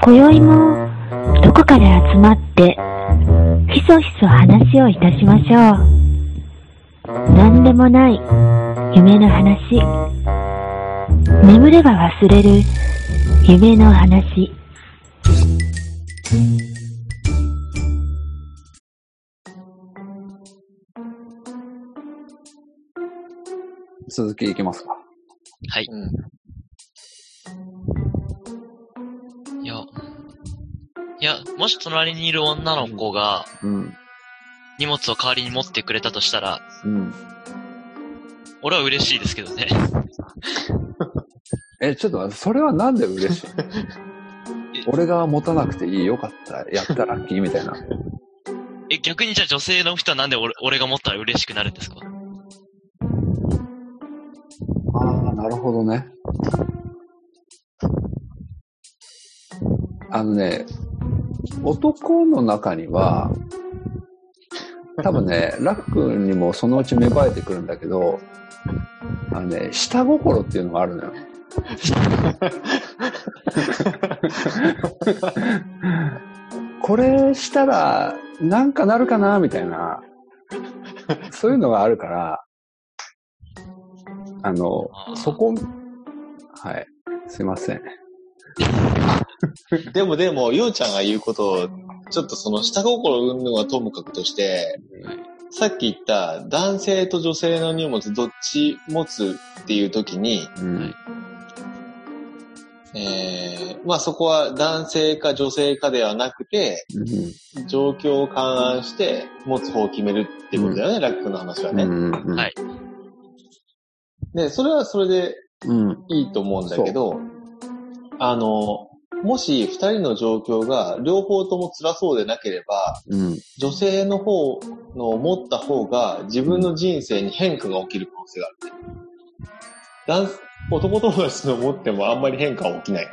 今宵もどこかで集まってひそひそ話をいたしましょう。何でもない夢の話、眠れば忘れる夢の話。 続きいきますか。 はい。いや、もし隣にいる女の子が、荷物を代わりに持ってくれたとしたら、俺は嬉しいですけどね。 ちょっと待って、それはなんで嬉しい俺が持たなくていい、よかった、やったラッキーみたいな。 逆にじゃあ女性の人はなんで俺が持ったら嬉しくなるんですか？ ああ、なるほどね。男の中には、多分ね、ラックにもそのうち芽生えてくるんだけど、下心っていうのがあるのよ。これしたらなんかなるかなみたいな、そういうのがあるから、そこ、はい、すいません。 でも、ようちゃんが言うことを、ちょっとその下心云々はともかくとして、さっき言った男性と女性の荷物どっち持つっていう時に、まあそこは男性か女性かではなくて、状況を勘案して持つ方を決めるっていうことだよね、ラックの話はね。 はい。 で、それはそれでいいと思うんだけど、もし二人の状況が両方とも辛そうでなければ、女性の方の持った方が自分の人生に変化が起きる可能性があるね。男友達の持ってもあんまり変化は起きない。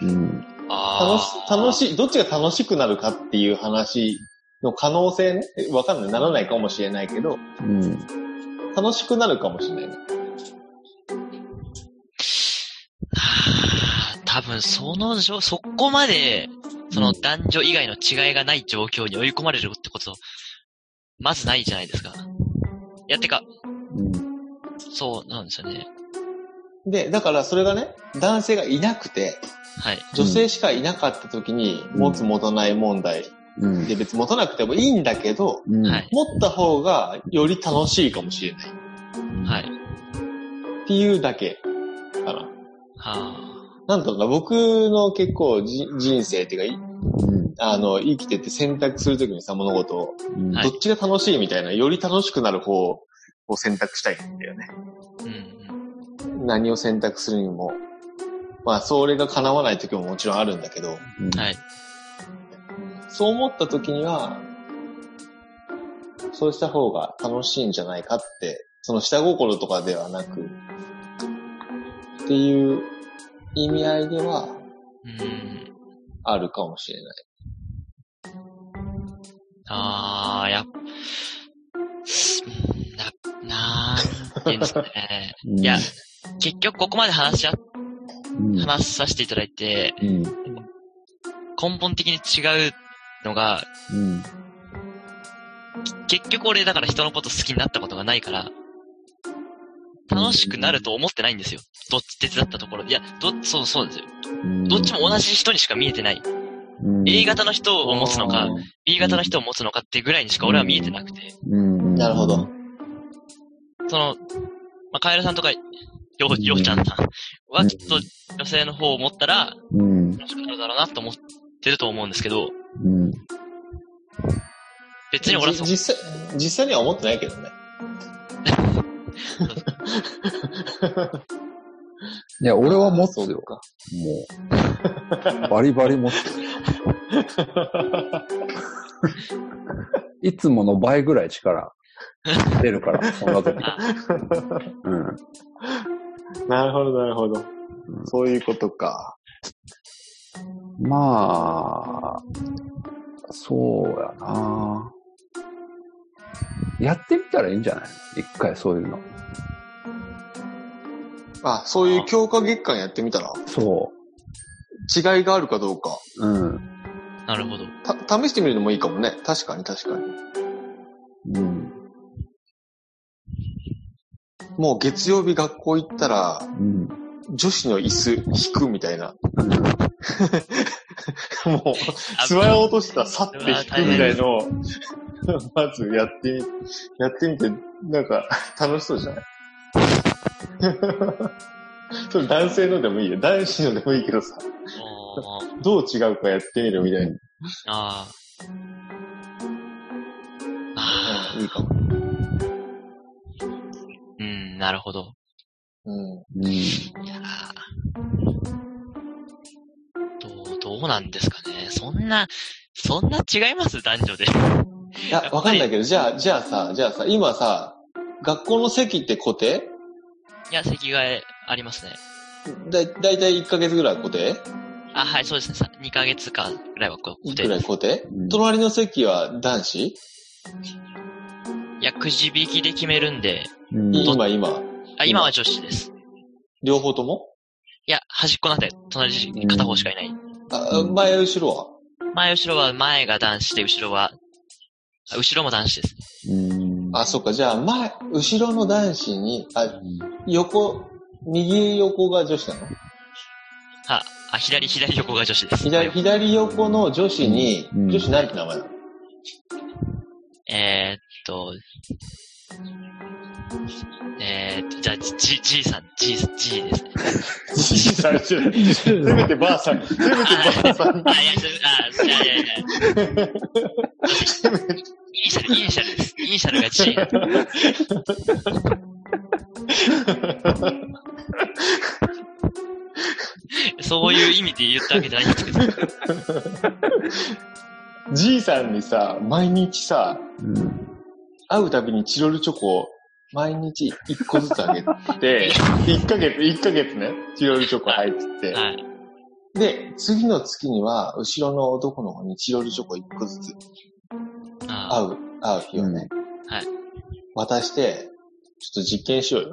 楽しい、どっちが楽しくなるかっていう話の可能性ね、わかんない、ならないかもしれないけど、楽しくなるかもしれないね。 多分そこまで、その男女以外の違いがない状況に追い込まれるってこと、まずないじゃないですか。いや、てか、そうなんですよね。 で、だからそれがね、男性がいなくて、女性しかいなかった時に、持つ持たない問題、で別に持たなくてもいいんだけど、持った方がより楽しいかもしれない。っていうだけかな。なんだろうな、僕の結構人生っていうか、生きてて選択するときにさ、物事を、どっちが楽しいみたいな、より楽しくなる方を選択したいんだよね。何を選択するにも。まあ、それが叶わないときももちろんあるんだけど、そう思ったときには、そうした方が楽しいんじゃないかって、その下心とかではなく、っていう意味合いでは、あるかもしれない。 なんていうんですかね。いや、結局ここまで話させていただいて、根本的に違うのが、結局俺だから人のこと好きになったことがないから、楽しくなると思ってないんですよ。どっち手伝ったところで。いや、そうですよ。どっちも同じ人にしか見えてない。A 型の人を持つのか、B 型の人を持つのかってぐらいにしか俺は見えてなくて。 なるほど。 カエルさんとか、ようちゃんさんはきっと女性の方を持ったら、楽しくなるだろうなと思ってると思うんですけど、別に俺は実際には思ってないけどね。 いや、俺は持つよ。もう。バリバリ持つよ。いつもの倍ぐらい力出るから、そんな時。 なるほど、なるほど。そういうことか。 まあ、そうやな。やってみたらいいんじゃない？一回そういうの。 そういう強化月間やってみたら？ そう。 違いがあるかどうか。 うん。 なるほど。 試してみるのもいいかもね。確かに。 うん。 もう月曜日学校行ったら、 うん、 女子の椅子引くみたいな。もう、座ろうとしたら去って引くみたいのを、まずやってみて、なんか、楽しそうじゃない？それ男性のでもいいよ。男子のでもいいけどさ。どう違うかやってみるみたいな。 ああ。いいかも。 なるほど。 いやどうなんですかね。そんな違います男女で。 いや、わかんないけど、じゃあさ、今さ、学校の席って固定？ いや、席替えありますね。 だいたい1ヶ月ぐらい固定？ はい、そうですね。2ヶ月間ぐらいは固定。 ぐらい固定？隣の席は男子？いや、くじ引きで決めるんで。 今。 今は女子です。 両方とも？ いや、端っこなんで、隣に片方しかいない。 前後ろは？ 後ろは前が男子で、後ろも男子です。 そっか、じゃあ後ろの男子に、右横が女子なの？ 左横が女子です。 左横の女子に、女子なんて名前なの？ じゃあ、G さん、G ですね。 G さん、せめてばあさん。いや。 イニシャルです。イニシャルが G。そういう意味で言ったわけじゃないんですけど。 G さんにさ、毎日さ、会うたびにチロルチョコを毎日1個ずつあげて、1ヶ月ね、チロルチョコ入ってて、はい、で、次の月には、後ろの男の子にチロルチョコ1個ずつ、会う日をね、 はい。 渡して、ちょっと実験しようよ。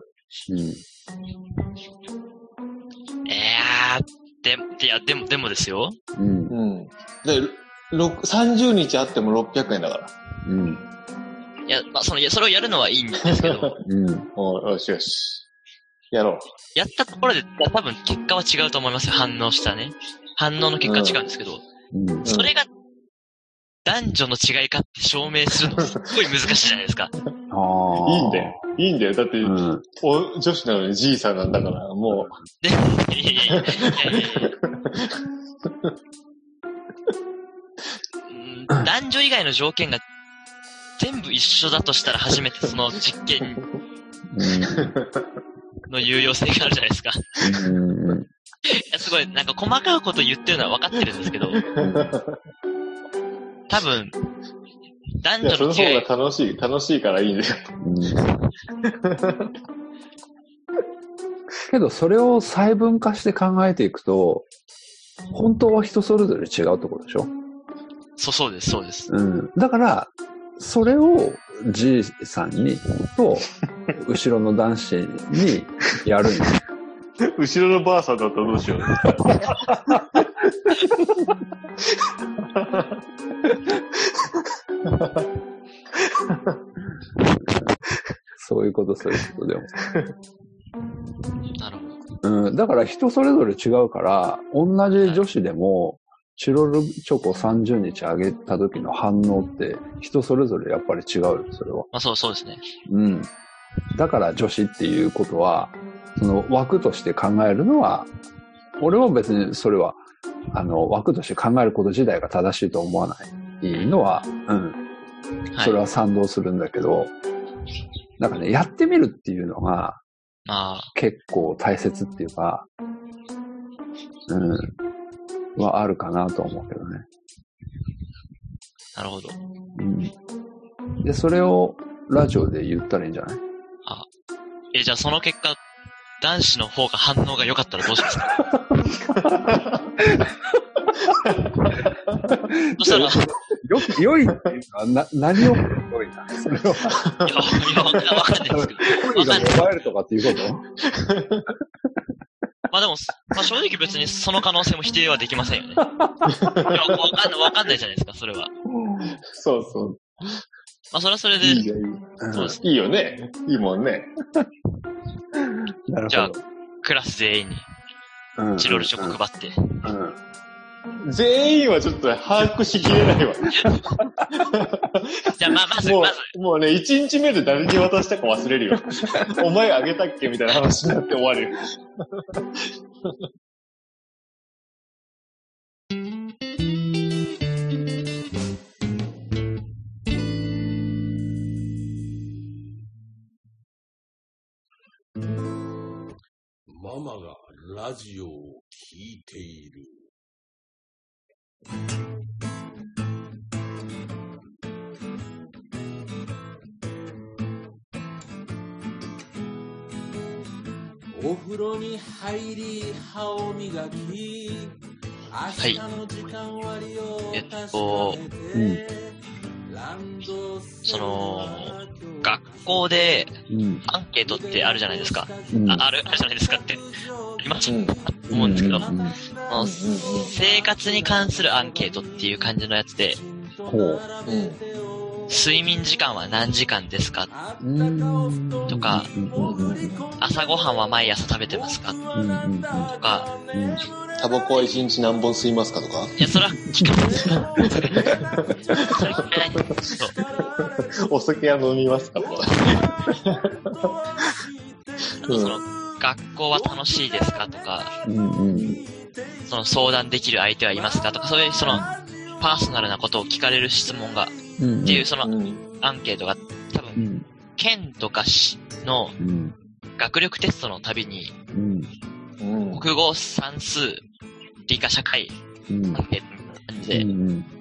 でもですよ。 で、30日あっても600円だから。 いや、それをやるのはいいんですけど。 よし。やろう。 やったところで、多分結果は違うと思いますよ。反応したね。反応の結果は違うんですけど。それが、男女の違いかって証明するのすっごい難しいじゃないですか。 いいんだよ。だって、女子なのに G さんなんだから、もう。 いや。男女以外の条件が全部一緒だとしたら初めてその実験の有用性があるじゃないですか。いやすごい、なんか細かいこと言ってるのは分かってるんですけど、多分、男女の違い。 その方が楽しいからいいんだよ。 けど、それを細分化して考えていくと、本当は人それぞれ違うってことでしょ？ そうです。 だから、それを G さんと、後ろの男子にやるんです。 後ろのばあさんだったらどうしよう。 そういうことでも。 なるほど。 だから人それぞれ違うから、同じ女子でも、チロルチョコ30日あげた時の反応って人それぞれやっぱり違うよ、それは。 そうですね。 だから女子っていうことは、その枠として考えるのは、俺は別にそれは、枠として考えること自体が正しいと思わないのは、それは賛同するんだけど、なんかね、やってみるっていうのが、結構大切っていうか、はあるかなと思うけどね。 なるほど。 で、それをラジオで言ったらいいんじゃない？ じゃあその結果、男子の方が反応が良かったらどうしますか？そしたら、 良いっていうか、何を良いか。それは。 わかんないですけど。 声が芽生えるとかっていうこと？ まあでも、まあ正直別にその可能性も否定はできませんよね。わかんないじゃないですか、それは。 そうそう。 まあそれはそれで。 いいよね。いいもんね。 じゃあ、クラス全員に、チロルチョコ配って。 全員はちょっと把握しきれないわ。 じゃあまず。 もうね、1日目で誰に渡したか忘れるよ。お前あげたっけみたいな話になって終わる。 ママがラジオを聞いている。お風呂に入り歯を磨き、 はい。学校でアンケートってあるじゃないですか。あるじゃないですかって。ありますと思うんですけど、生活に関するアンケートっていう感じのやつで、睡眠時間は何時間ですかとか、朝ごはんは毎朝食べてますかとか、 タバコは1日何本吸いますかとか。 いや、それは聞かないです。 お酒は飲みますかとか。 学校は楽しいですかとか、その相談できる相手はいますかとか、そういうそのパーソナルなことを聞かれる質問が、っていうそのアンケートが多分、県とか市の学力テストのたびに、国語、算数、理科、社会、アンケートみたいな感じで、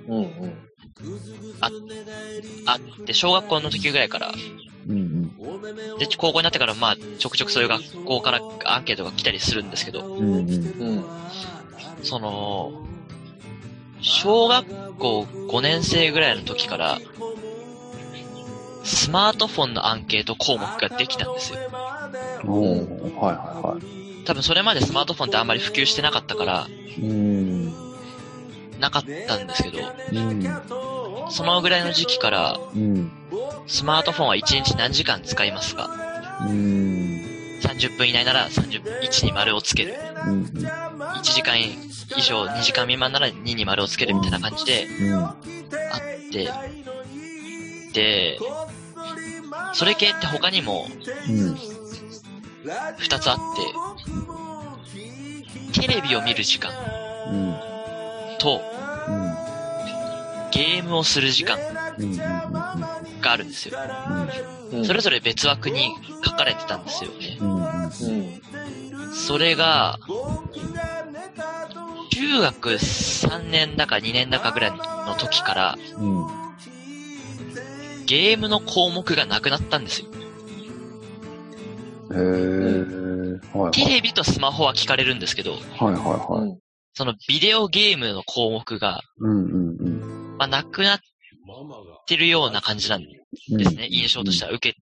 あって、小学校の時ぐらいから、で、高校になってからまあ、ちょくちょくそういう学校からアンケートが来たりするんですけど、その、小学校5年生ぐらいの時から、スマートフォンのアンケート項目ができたんですよ。多分それまでスマートフォンってあんまり普及してなかったから、なかったんですけど、そのぐらいの時期から、スマートフォンは1日何時間使いますか？30分以内なら1に丸をつける。1時間以上2時間未満なら2に丸をつけるみたいな感じで、あって、で、それ系って他にも、2つあって、テレビを見る時間と、ゲームをする時間があるんですよ。それぞれ別枠に書かれてたんですよね。それが、中学3年だか2年だかぐらいの時から、ゲームの項目がなくなったんですよ。テレビとスマホは聞かれるんですけど、そのビデオゲームの項目が、まあ、なくなってるような感じなんですね、印象としては受け。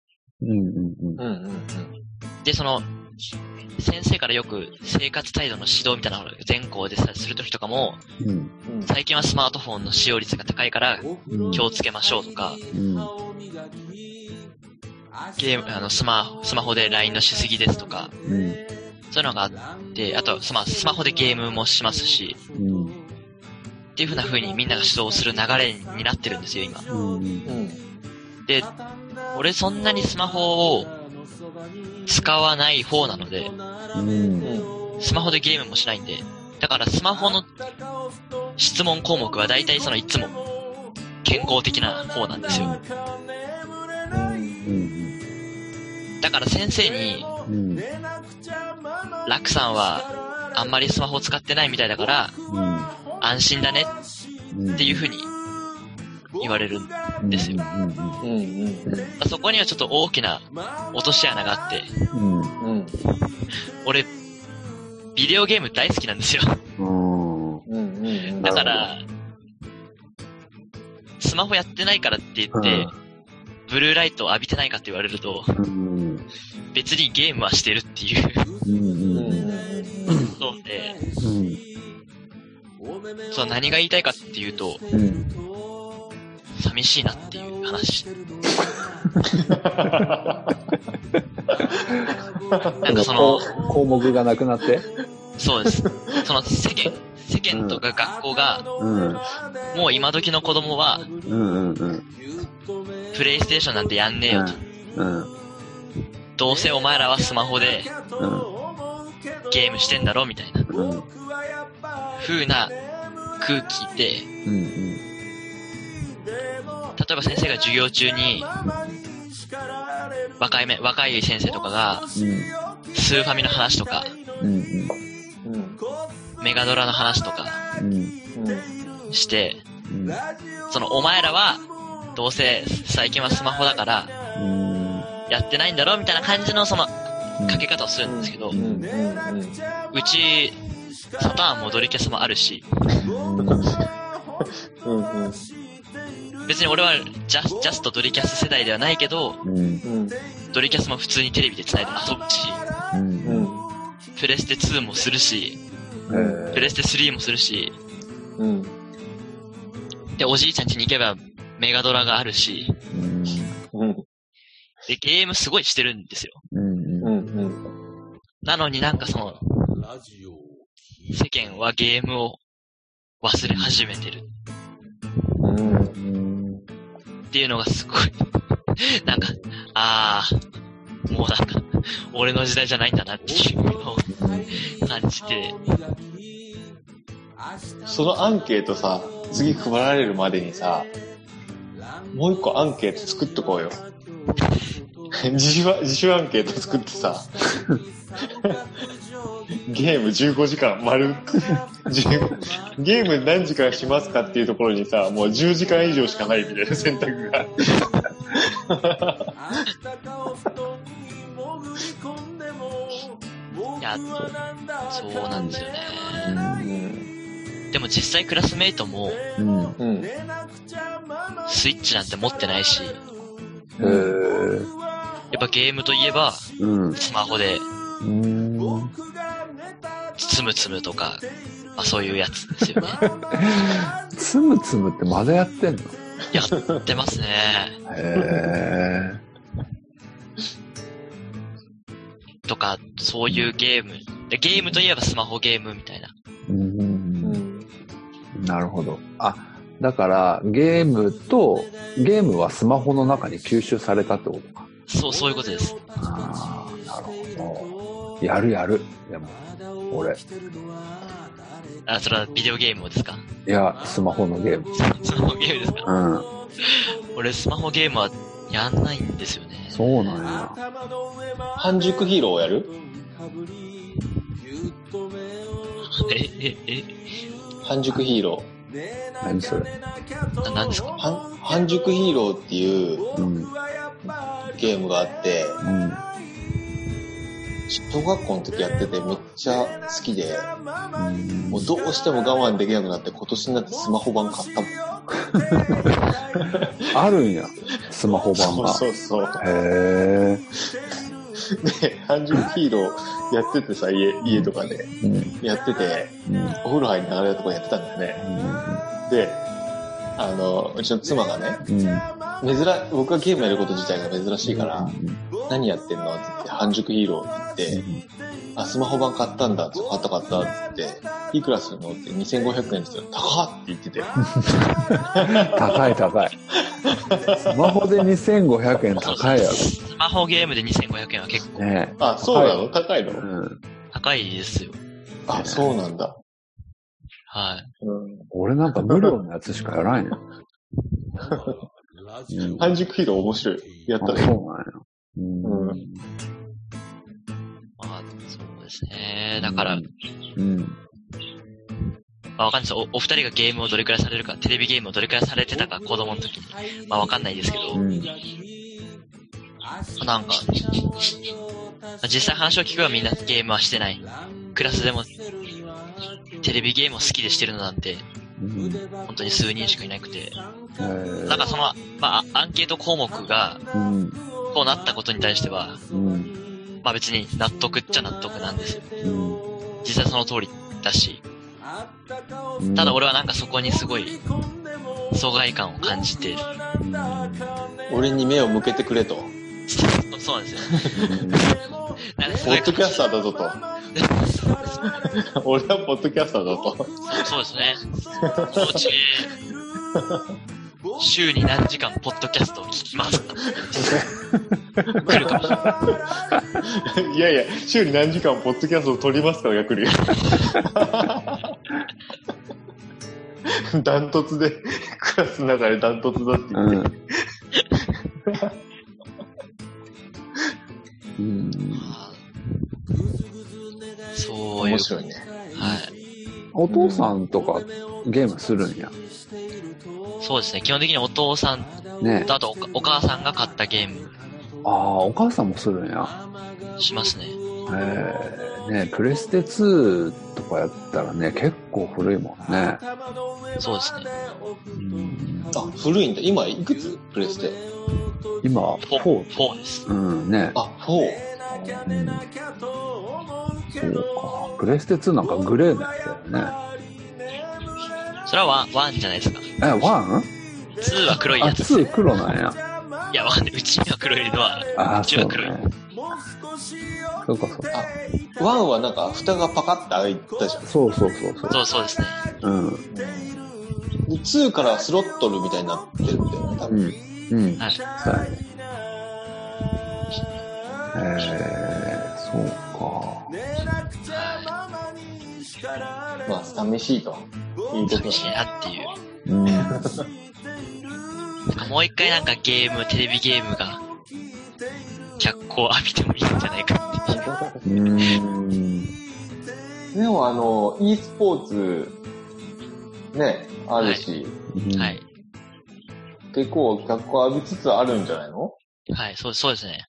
で、その、先生からよく生活態度の指導みたいなのを全校でするときとかも、最近はスマートフォンの使用率が高いから気をつけましょうとか、ゲーム、スマホで LINE のしすぎですとか、そういうのがあって、あと、スマホでゲームもしますし、っていう風にみんなが指導する流れになってるんですよ、今。で、俺そんなにスマホを使わない方なので、スマホでゲームもしないんで、だからスマホの質問項目は大体いつも健康的な方なんですよ。だから先生に、ラクさんはあんまりスマホ使ってないみたいだから、安心だねっていう風に言われるんですよ。そこにはちょっと大きな落とし穴があって、俺、ビデオゲーム大好きなんですよ。だから、スマホやってないからって言って、ブルーライトを浴びてないかって言われると、別にゲームはしてるっていうそう、何が言いたいかっていうと、寂しいなっていう話。なんかその、 項目がなくなって？ そうです。その世間とか学校が、もう今時の子供は、プレイステーションなんてやんねえよと。どうせお前らはスマホで、ゲームしてんだろみたいな、風な空気で、例えば先生が授業中に、若い先生とかが、スーファミの話とか、メガドラの話とかして、そのお前らはどうせ最近はスマホだからやってないんだろみたいな感じのそのかけ方をするんですけど、うちサターンもドリキャスもあるし、別に俺はジャストドリキャス世代ではないけど、ドリキャスも普通にテレビで繋いで遊ぶし、プレステ2もするし、プレステ3もするし、で、おじいちゃん家に行けばメガドラがあるし、で、ゲームすごいしてるんですよ。なのになんかその、世間はゲームを忘れ始めてる。っていうのがすごい、なんか、もうなんか、俺の時代じゃないんだなっていうのを感じて。 そのアンケートさ、次配られるまでにさ、もう一個アンケート作っとこうよ。自主アンケート作ってさ、ゲーム15時間丸、ゲーム何時間しますかっていうところにさ、もう10時間以上しかないみたいな選択が。 いや、そうなんですよね。でも実際クラスメイトも、スイッチなんて持ってないし、やっぱゲームといえば、スマホで、つむつむとか、そういうやつですよね。 つむつむってまだやってんの？ やってますね。とか、そういうゲーム。ゲームといえばスマホゲームみたいな。 なるほど。だから、ゲームはスマホの中に吸収されたってことか。 そういうことです。 なるほど。やる。でも、俺。 それはビデオゲームですか？ いや、スマホのゲーム。 スマホゲームですか？俺、スマホゲームはやんないんですよね。 そうなんや。 半熟ヒーローをやる？半熟ヒーロー。 何それ？ 何ですか？ 半熟ヒーローっていう、ゲームがあって、小学校の時やっててめっちゃ好きで、もうどうしても我慢できなくなって今年になってスマホ版買ったもん。 あるんや、スマホ版が。 そう。 へで、半熟ヒーローやっててさ、家とかで、やってて、お風呂入りながらとかやってたんだよね。で、うちの妻がね、僕がゲームやること自体が珍しいから、何やってんのって言って、半熟ヒーローって言って、スマホ版買ったんだって、買ったって言って、いくらするのって2500円って言ったら、高っって言ってて。 高い。スマホで2500円高いやろ。 スマホゲームで2500円は結構。 ね、 そうなの？高いの？ 高いですよ。 そうなんだ。 はい。 俺なんか無料のやつしかやらんよ。 半熟ヒーロー面白い。やったね。 そうなんや。 そうですね。だから、わかんないです。お二人がゲームをどれくらいされるか、テレビゲームをどれくらいされてたか、子供の時に。わかんないですけど、なんか、実際話を聞くはみんなゲームはしてない。クラスでも、テレビゲームを好きでしてるのなんて、本当に数人しかいなくて。なんかその、アンケート項目が、こうなったことに対しては、別に納得っちゃ納得なんですよ。実際その通りだし、 ただ俺はなんかそこにすごい疎外感を感じている。 俺に目を向けてくれと。 そうなんですよ。 ポッドキャスターだぞと。俺はポッドキャスターだと。 そうですね。そのうち週に何時間ポッドキャストを聞きます。来るかもしれない。 いやいや、週に何時間ポッドキャストを撮りますからが来るよ。ダントツで、クラスの中でダントツだって言って。 そういう。 面白いね。 はい。 お父さんとかゲームするんや。 そうですね。基本的にお父さんと、あとお母さんが買ったゲーム。 ああ、お母さんもするんや。 しますね。 ね、プレステ2とかやったらね、結構古いもんね。 そうですね。 あ、古いんだ。今いくつプレステ？ 今、4。 4です。 ね。 あ、4。 そうか。プレステ2なんかグレーのやつだよね。 それは1じゃないですか。 1？ 2 は黒いやつ。 2黒なんや。 いや、わかんない。うちには黒いのは、うちは黒い。 そうか、そうか。 1はなんか蓋がパカッて開いたじゃん。 そうですね。 2からスロットルみたいになってるんだよね、多分。 はい。 そうか。 まあ、寂しいと。 寂しいなっていう。もう一回なんかテレビゲームが、脚光を浴びてもいいんじゃないかっていう。 でもe スポーツ、ね、あるし。 はい。 結構脚光浴びつつあるんじゃないの？ はい、そうですね。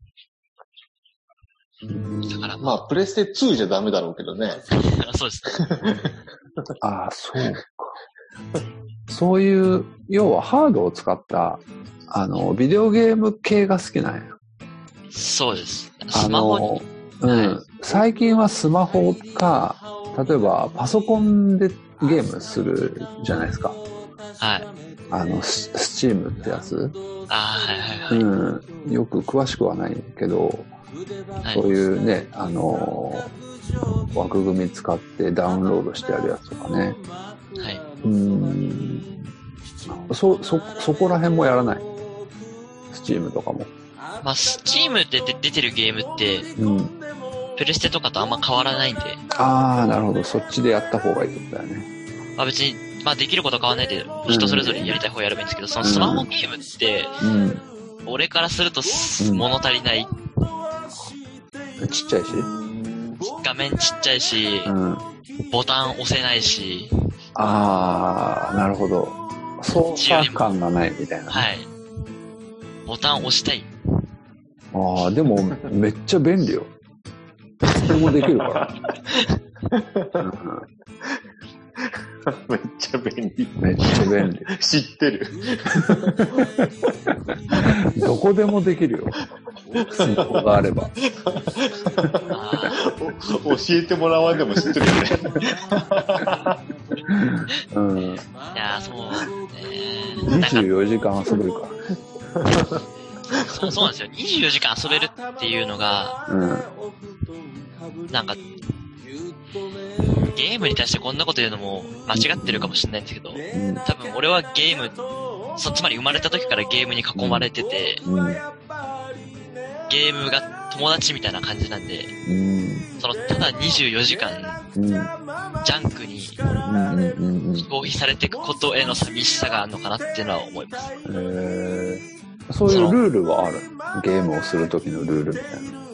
だからまあ、プレステ2じゃダメだろうけどね。 そうですね。 ああ、そうか。そういう、要はハードを使った、ビデオゲーム系が好きなんや。 そうです。スマホに。 最近はスマホか、例えばパソコンでゲームするじゃないですか。 はい。 スチームってやつ？ はい。 よく詳しくはないけど、そういうね、枠組み使ってダウンロードしてあるやつとかね。 はい。 そこら辺もやらない。スチームとかも。 まあ、スチームで出てるゲームって、プレステとかとあんま変わらないんで。 ああ、なるほど。そっちでやった方がいいってことだよね。 まあ別に、まあできること変わらないで、人それぞれやりたい方やればいいんですけど、そのスマホゲームって、俺からすると物足りない。 ちっちゃいし。 画面ちっちゃいし、ボタン押せないし。 ああ、なるほど。操作感がないみたいな。 はい。ボタン押したい。 ああ、でもめっちゃ便利よ。それもできるから。 めっちゃ便利。 めっちゃ便利。 知ってる。 どこでもできるよ。スマホがあれば。 教えてもらわんでも知ってるよね。 いやそうね。 24時間遊べるから。 そうなんですよ。24時間遊べるっていうのが、なんか、ゲームに対してこんなこと言うのも間違ってるかもしれないんですけど、多分俺はゲーム、つまり生まれた時からゲームに囲まれてて、ゲームが友達みたいな感じなんで、ただ24時間、ジャンクに消費されていくことへの寂しさがあるのかなっていうのは思います。 そういうルールはある？ゲームをする時のルールみたい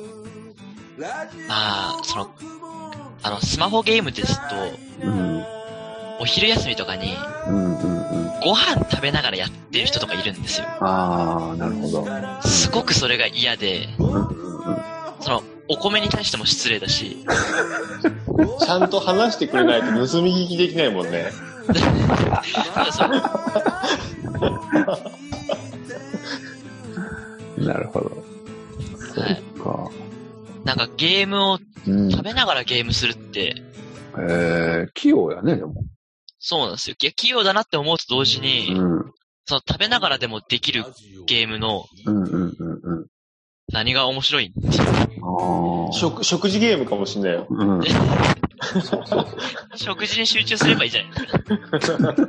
な。スマホゲームですと、お昼休みとかに、ご飯食べながらやってる人とかいるんですよ。 ああ、なるほど。 すごくそれが嫌で、お米に対しても失礼だし。 ちゃんと話してくれないと盗み聞きできないもんね。 なるほど。そうか。 なんかゲームを、食べながらゲームするって、 器用やね、でも。 そうなんですよ。器用だなって思うと同時に、その食べながらでもできるゲームの、何が面白いんですよ。 食事ゲームかもしんないよ。 食事に集中すればいいじゃないですか。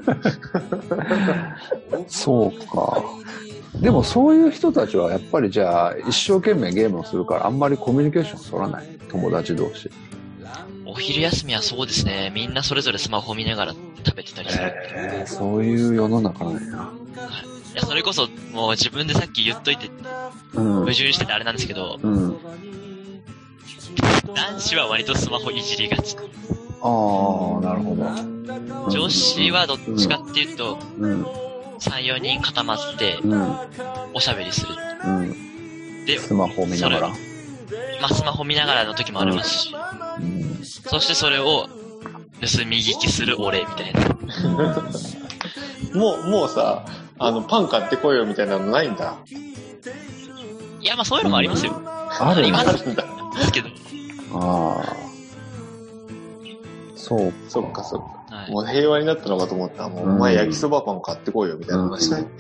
そうか。でもそういう人たちはやっぱりじゃあ一生懸命ゲームをするからあんまりコミュニケーション取らない。友達同士。 お昼休みはそうですね。みんなそれぞれスマホ見ながら食べてたりする。 そういう世の中なんや。 いや、それこそもう自分でさっき言っといて、矛盾しててあれなんですけど、男子は割とスマホいじりがち。 ああ、なるほど。 女子はどっちかっていうと、3、4人固まって、おしゃべりする。 で、スマホを見ながら。 まあ、スマホ見ながらの時もありますし、そしてそれを盗み聞きする俺みたいな。 もうさ、パン買ってこいよみたいなのないんだ。 いや、まあそういうのもありますよ。 あるんだ。 ですけど。 ああ。そうか。 そっかそっか。はい、もう平和になったのかと思った。もうお前焼きそばパン買ってこいよみたいな話ない。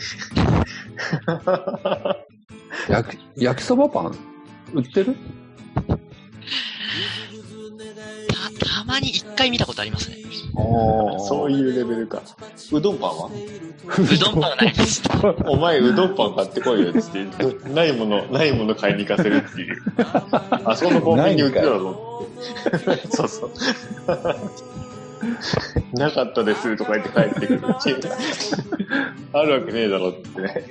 焼きそばパン売ってる？ たまに一回見たことありますね。 そういうレベルか。うどんパンは？ うどんパンはないです。 お前うどんパン買ってこいよって言って、ないもの買いに行かせるっていう。あそこのコンビニに売ってたぞ。そうそう。なかったですとか言って帰ってくるっていう。あるわけねえだろってね。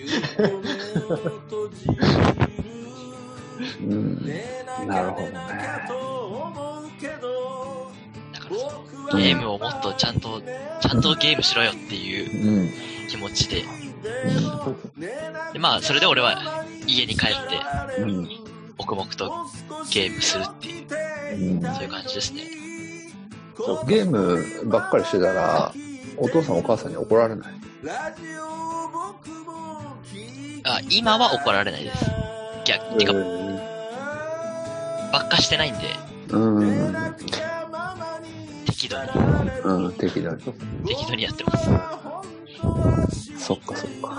なるほどね。 ゲームをもっとちゃんとゲームしろよっていう気持ちで。でまあ、それで俺は家に帰って、黙々とゲームするっていう、そういう感じですね。 ゲームばっかりしてたら、お父さんお母さんに怒られない？ 今は怒られないです。逆にばっかしてないんで。適度に。 適度にやってます。 そっかそっか。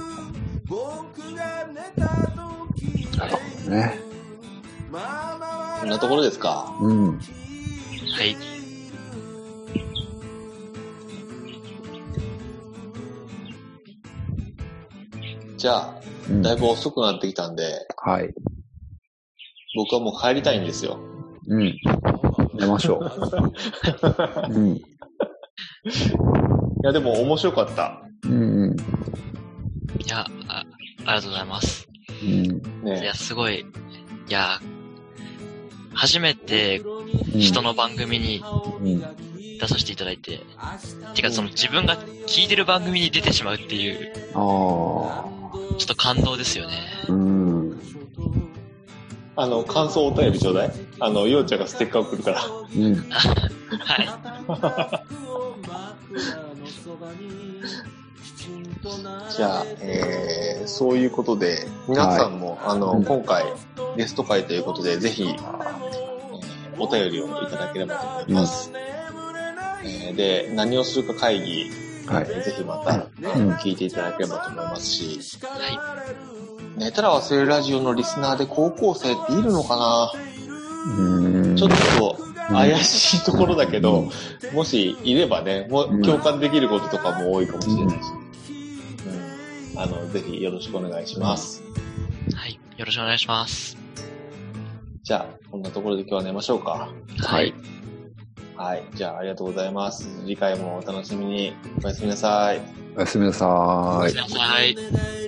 なるほどね。 こんなところですか。 はい。 じゃあ、だいぶ遅くなってきたんで、僕はもう帰りたいんですよ。 寝ましょう。 いや、でも面白かった。 いや、ありがとうございます。いや、すごい、いや、初めて人の番組に出させていただいて、てかその自分が聞いてる番組に出てしまうっていう、ちょっと感動ですよね。 感想お便りちょうだい。ようちゃんがステッカー送るから。はい。じゃあ、そういうことで、皆さんも、今回、ゲスト会ということで、ぜひ、お便りをいただければと思います。で、何をするか会議、ぜひまた、聞いていただければと思いますし、寝たら忘れるラジオのリスナーで高校生っているのかな？ちょっと怪しいところだけど、もしいればね、共感できることとかも多いかもしれないし、ぜひよろしくお願いします。 はい、よろしくお願いします。 じゃあ、こんなところで今日は寝ましょうか。 はい。 はい、じゃあありがとうございます。次回もお楽しみに。おやすみなさい。 おやすみなさい。 おやすみなさい。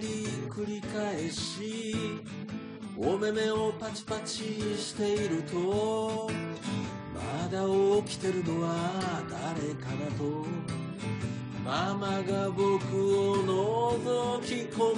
お目目をパチパチしていると、まだ起きてるのは誰かなと、ママが僕を覗き込む。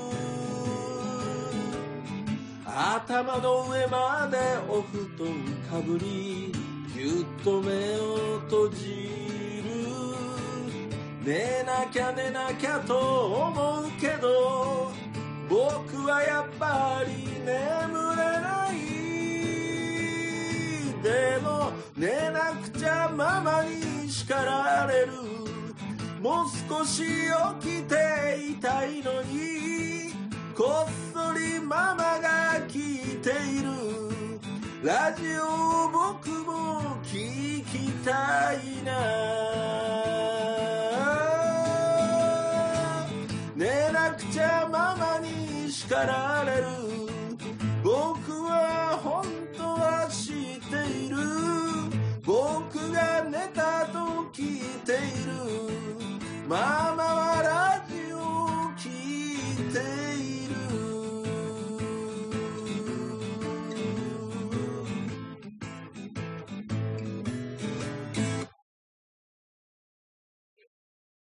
頭の上までお布団かぶり、ぎゅっと目を閉じる。寝なきゃと思うけど、僕はやっぱり眠れない。でも寝なくちゃママに叱られる。もう少し起きていたいのに、こっそりママが聞いている。ラジオ僕も聞きたいな。寝なくちゃママに叱られる。僕は本当は知っている。僕が寝たと聞いている。ママはラジオを聞いている。